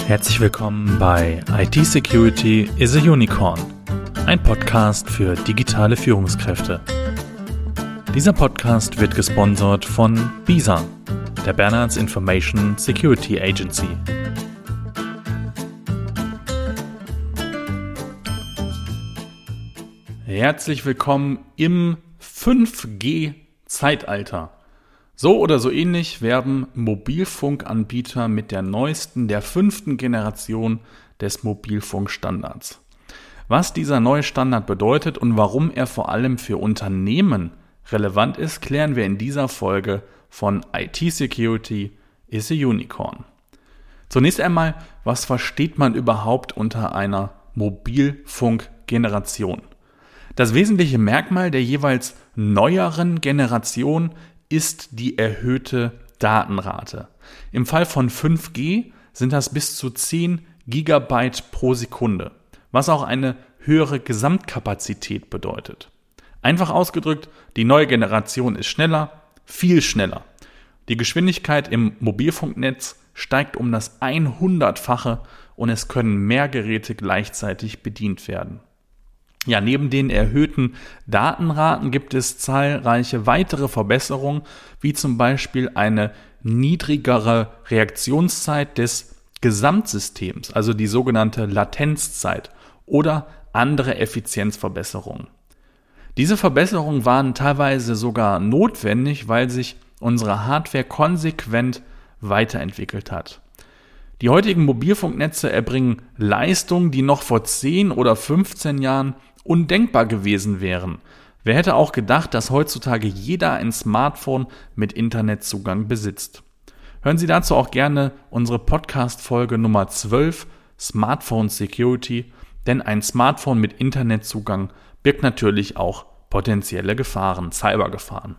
Herzlich willkommen bei IT Security is a Unicorn, ein Podcast für digitale Führungskräfte. Dieser Podcast wird gesponsert von BISA, der Bernards Information Security Agency. Herzlich willkommen im 5G-Zeitalter. So oder so ähnlich werben Mobilfunkanbieter mit der neuesten, der 5. Generation des Mobilfunkstandards. Was dieser neue Standard bedeutet und warum er vor allem für Unternehmen relevant ist, klären wir in dieser Folge von IT Security is a Unicorn. Zunächst einmal, was versteht man überhaupt unter einer Mobilfunkgeneration? Das wesentliche Merkmal der jeweils neueren Generation ist die erhöhte Datenrate. Im Fall von 5G sind das bis zu 10 Gigabyte pro Sekunde, was auch eine höhere Gesamtkapazität bedeutet. Einfach ausgedrückt, die neue Generation ist schneller, viel schneller. Die Geschwindigkeit im Mobilfunknetz steigt um das 100-fache und es können mehr Geräte gleichzeitig bedient werden. Ja, neben den erhöhten Datenraten gibt es zahlreiche weitere Verbesserungen, wie zum Beispiel eine niedrigere Reaktionszeit des Gesamtsystems, also die sogenannte Latenzzeit, oder andere Effizienzverbesserungen. Diese Verbesserungen waren teilweise sogar notwendig, weil sich unsere Hardware konsequent weiterentwickelt hat. Die heutigen Mobilfunknetze erbringen Leistungen, die noch vor 10 oder 15 Jahren undenkbar gewesen wären. Wer hätte auch gedacht, dass heutzutage jeder ein Smartphone mit Internetzugang besitzt? Hören Sie dazu auch gerne unsere Podcast-Folge Nummer 12, Smartphone Security, denn ein Smartphone mit Internetzugang birgt natürlich auch potenzielle Gefahren, Cybergefahren.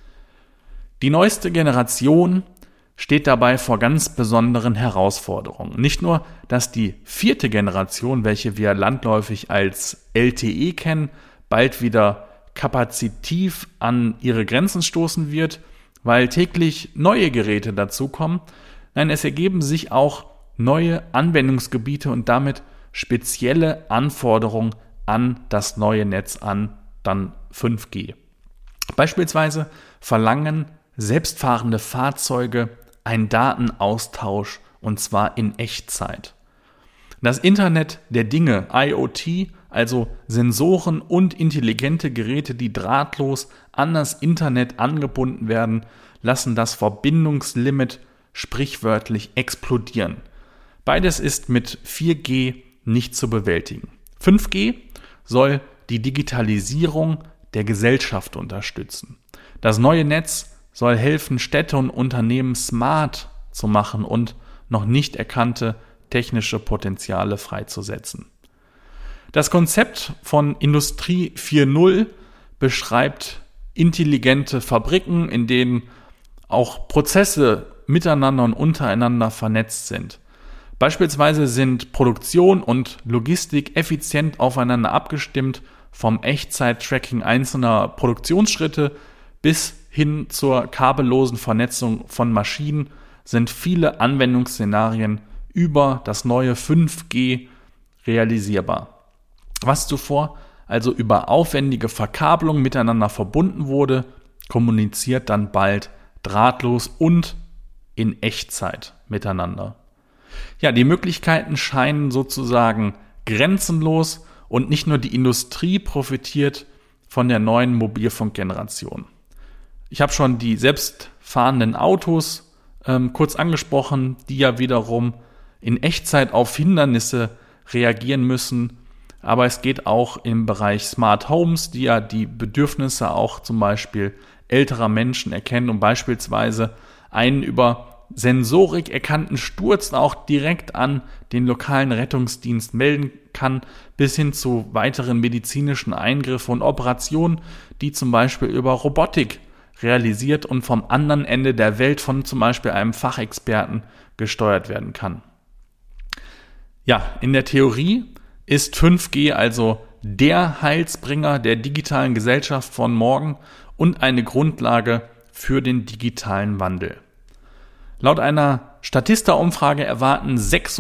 Die neueste Generation steht dabei vor ganz besonderen Herausforderungen. Nicht nur, dass die 4. Generation, welche wir landläufig als LTE kennen, bald wieder kapazitiv an ihre Grenzen stoßen wird, weil täglich neue Geräte dazukommen. Nein, es ergeben sich auch neue Anwendungsgebiete und damit spezielle Anforderungen an das neue Netz, an dann 5G. Beispielsweise verlangen selbstfahrende Fahrzeuge einen Datenaustausch und zwar in Echtzeit. Das Internet der Dinge, IoT, also Sensoren und intelligente Geräte, die drahtlos an das Internet angebunden werden, lassen das Verbindungslimit sprichwörtlich explodieren. Beides ist mit 4G nicht zu bewältigen. 5G soll die Digitalisierung der Gesellschaft unterstützen. Das neue Netz soll helfen, Städte und Unternehmen smart zu machen und noch nicht erkannte technische Potenziale freizusetzen. Das Konzept von Industrie 4.0 beschreibt intelligente Fabriken, in denen auch Prozesse miteinander und untereinander vernetzt sind. Beispielsweise sind Produktion und Logistik effizient aufeinander abgestimmt, vom Echtzeit-Tracking einzelner Produktionsschritte bis hin zur kabellosen Vernetzung von Maschinen sind viele Anwendungsszenarien über das neue 5G realisierbar. Was zuvor also über aufwendige Verkabelung miteinander verbunden wurde, kommuniziert dann bald drahtlos und in Echtzeit miteinander. Ja, die Möglichkeiten scheinen sozusagen grenzenlos und nicht nur die Industrie profitiert von der neuen Mobilfunkgeneration. Ich habe schon die selbstfahrenden Autos kurz angesprochen, die ja wiederum in Echtzeit auf Hindernisse reagieren müssen. Aber es geht auch im Bereich Smart Homes, die ja die Bedürfnisse auch zum Beispiel älterer Menschen erkennen und beispielsweise einen über Sensorik erkannten Sturz auch direkt an den lokalen Rettungsdienst melden kann, bis hin zu weiteren medizinischen Eingriffen und Operationen, die zum Beispiel über Robotik realisiert und vom anderen Ende der Welt von zum Beispiel einem Fachexperten gesteuert werden kann. Ja, in der Theorie ist 5G also der Heilsbringer der digitalen Gesellschaft von morgen und eine Grundlage für den digitalen Wandel. Laut einer Statista-Umfrage erwarten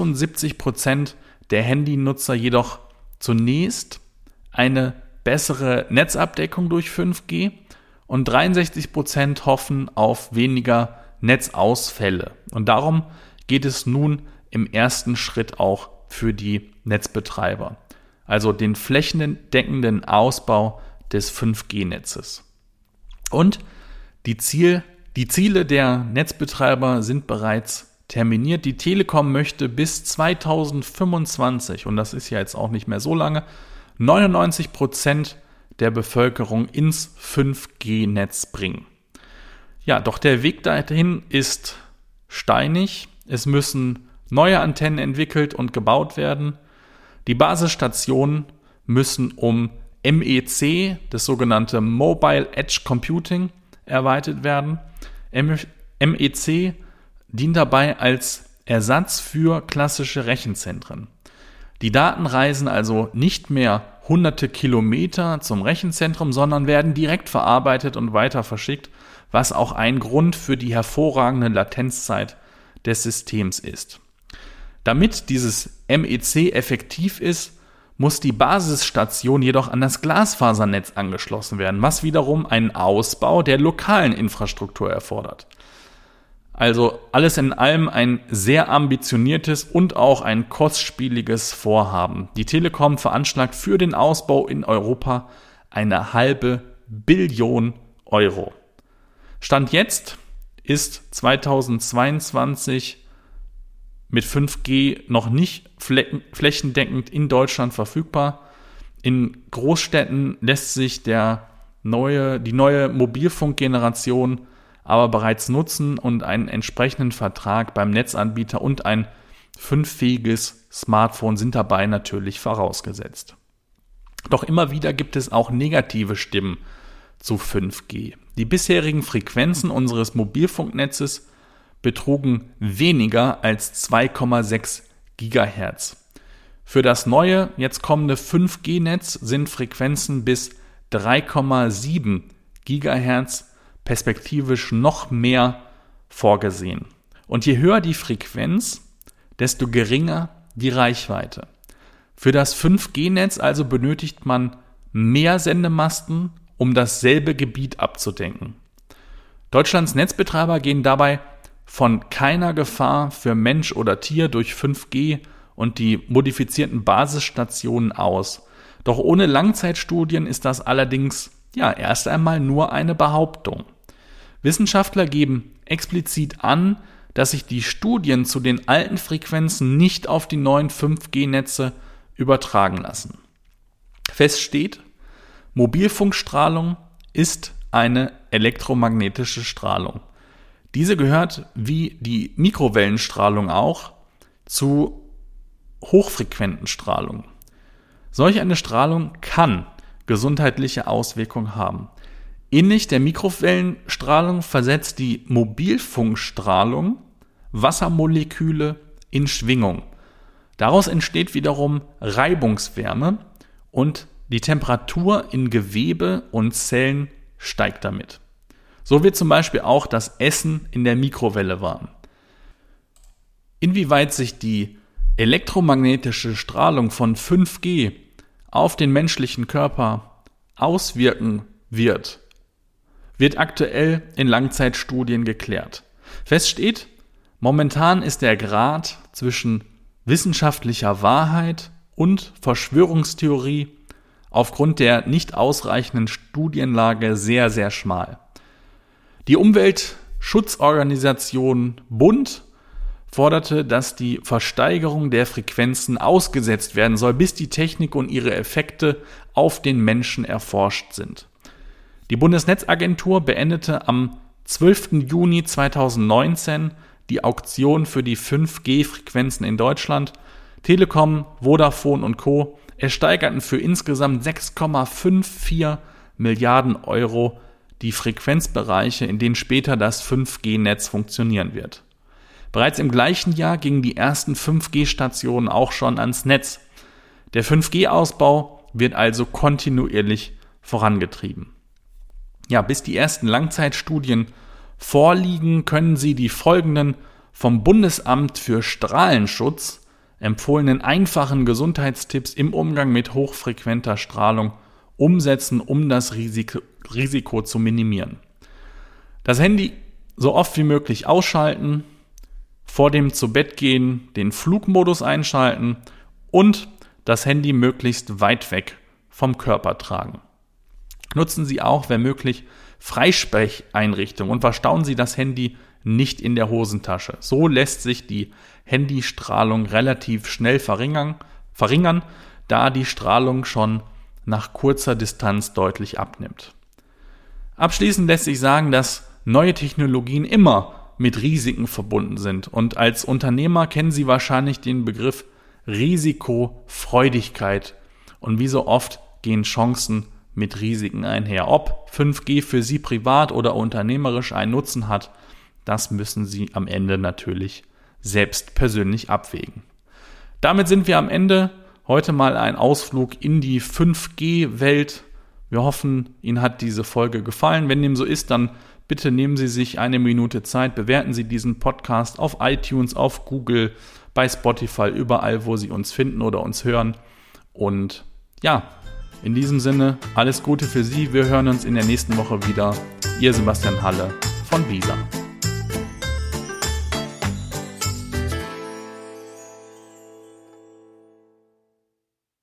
76% der Handynutzer jedoch zunächst eine bessere Netzabdeckung durch 5G und 63% hoffen auf weniger Netzausfälle. Und darum geht es nun im ersten Schritt auch für die Netzbetreiber, also den flächendeckenden Ausbau des 5G-Netzes. Und die Ziele der Netzbetreiber sind bereits terminiert. Die Telekom möchte bis 2025, und das ist ja jetzt auch nicht mehr so lange, 99% der Bevölkerung ins 5G-Netz bringen. Ja, doch der Weg dahin ist steinig. Es müssen neue Antennen entwickelt und gebaut werden. Die Basisstationen müssen um MEC, das sogenannte Mobile Edge Computing, erweitert werden. MEC dient dabei als Ersatz für klassische Rechenzentren. Die Daten reisen also nicht mehr hunderte Kilometer zum Rechenzentrum, sondern werden direkt verarbeitet und weiter verschickt, was auch ein Grund für die hervorragende Latenzzeit des Systems ist. Damit dieses MEC effektiv ist, muss die Basisstation jedoch an das Glasfasernetz angeschlossen werden, was wiederum einen Ausbau der lokalen Infrastruktur erfordert. Also alles in allem ein sehr ambitioniertes und auch ein kostspieliges Vorhaben. Die Telekom veranschlagt für den Ausbau in Europa 500 Milliarden Euro. Stand jetzt ist 2022 mit 5G noch nicht flächendeckend in Deutschland verfügbar. In Großstädten lässt sich die neue Mobilfunkgeneration aber bereits nutzen und einen entsprechenden Vertrag beim Netzanbieter und ein 5-fähiges Smartphone sind dabei natürlich vorausgesetzt. Doch immer wieder gibt es auch negative Stimmen zu 5G. Die bisherigen Frequenzen unseres Mobilfunknetzes betrugen weniger als 2,6 Gigahertz. Für das neue, jetzt kommende 5G-Netz sind Frequenzen bis 3,7 Gigahertz perspektivisch noch mehr vorgesehen. Und je höher die Frequenz, desto geringer die Reichweite. Für das 5G-Netz also benötigt man mehr Sendemasten, um dasselbe Gebiet abzudecken. Deutschlands Netzbetreiber gehen dabei von keiner Gefahr für Mensch oder Tier durch 5G und die modifizierten Basisstationen aus. Doch ohne Langzeitstudien ist das allerdings erst einmal nur eine Behauptung. Wissenschaftler geben explizit an, dass sich die Studien zu den alten Frequenzen nicht auf die neuen 5G-Netze übertragen lassen. Fest steht, Mobilfunkstrahlung ist eine elektromagnetische Strahlung. Diese gehört, wie die Mikrowellenstrahlung auch, zu hochfrequenten Strahlung. Solch eine Strahlung kann gesundheitliche Auswirkungen haben. Ähnlich der Mikrowellenstrahlung versetzt die Mobilfunkstrahlung Wassermoleküle in Schwingung. Daraus entsteht wiederum Reibungswärme und die Temperatur in Gewebe und Zellen steigt damit. So wird zum Beispiel auch das Essen in der Mikrowelle warm. Inwieweit sich die elektromagnetische Strahlung von 5G auf den menschlichen Körper auswirken wird aktuell in Langzeitstudien geklärt. Fest steht, momentan ist der Grad zwischen wissenschaftlicher Wahrheit und Verschwörungstheorie aufgrund der nicht ausreichenden Studienlage sehr, sehr schmal. Die Umweltschutzorganisation Bund forderte, dass die Versteigerung der Frequenzen ausgesetzt werden soll, bis die Technik und ihre Effekte auf den Menschen erforscht sind. Die Bundesnetzagentur beendete am 12. Juni 2019 die Auktion für die 5G-Frequenzen in Deutschland. Telekom, Vodafone und Co. ersteigerten für insgesamt 6,54 Milliarden Euro die Frequenzbereiche, in denen später das 5G-Netz funktionieren wird. Bereits im gleichen Jahr gingen die ersten 5G-Stationen auch schon ans Netz. Der 5G-Ausbau wird also kontinuierlich vorangetrieben. Bis die ersten Langzeitstudien vorliegen, können Sie die folgenden vom Bundesamt für Strahlenschutz empfohlenen einfachen Gesundheitstipps im Umgang mit hochfrequenter Strahlung umsetzen, um das Risiko zu minimieren. Das Handy so oft wie möglich ausschalten, vor dem Zubettgehen den Flugmodus einschalten und das Handy möglichst weit weg vom Körper tragen. Nutzen Sie auch, wenn möglich, Freisprecheinrichtungen und verstauen Sie das Handy nicht in der Hosentasche. So lässt sich die Handystrahlung relativ schnell verringern, da die Strahlung schon nach kurzer Distanz deutlich abnimmt. Abschließend lässt sich sagen, dass neue Technologien immer mit Risiken verbunden sind. Und als Unternehmer kennen Sie wahrscheinlich den Begriff Risikofreudigkeit. Und wie so oft gehen Chancen mit Risiken einher. Ob 5G für Sie privat oder unternehmerisch einen Nutzen hat, das müssen Sie am Ende natürlich selbst persönlich abwägen. Damit sind wir am Ende. Heute mal ein Ausflug in die 5G-Welt. Wir hoffen, Ihnen hat diese Folge gefallen. Wenn dem so ist, dann bitte nehmen Sie sich eine Minute Zeit, bewerten Sie diesen Podcast auf iTunes, auf Google, bei Spotify, überall, wo Sie uns finden oder uns hören. Und ja, in diesem Sinne, alles Gute für Sie. Wir hören uns in der nächsten Woche wieder. Ihr Sebastian Halle von Visa.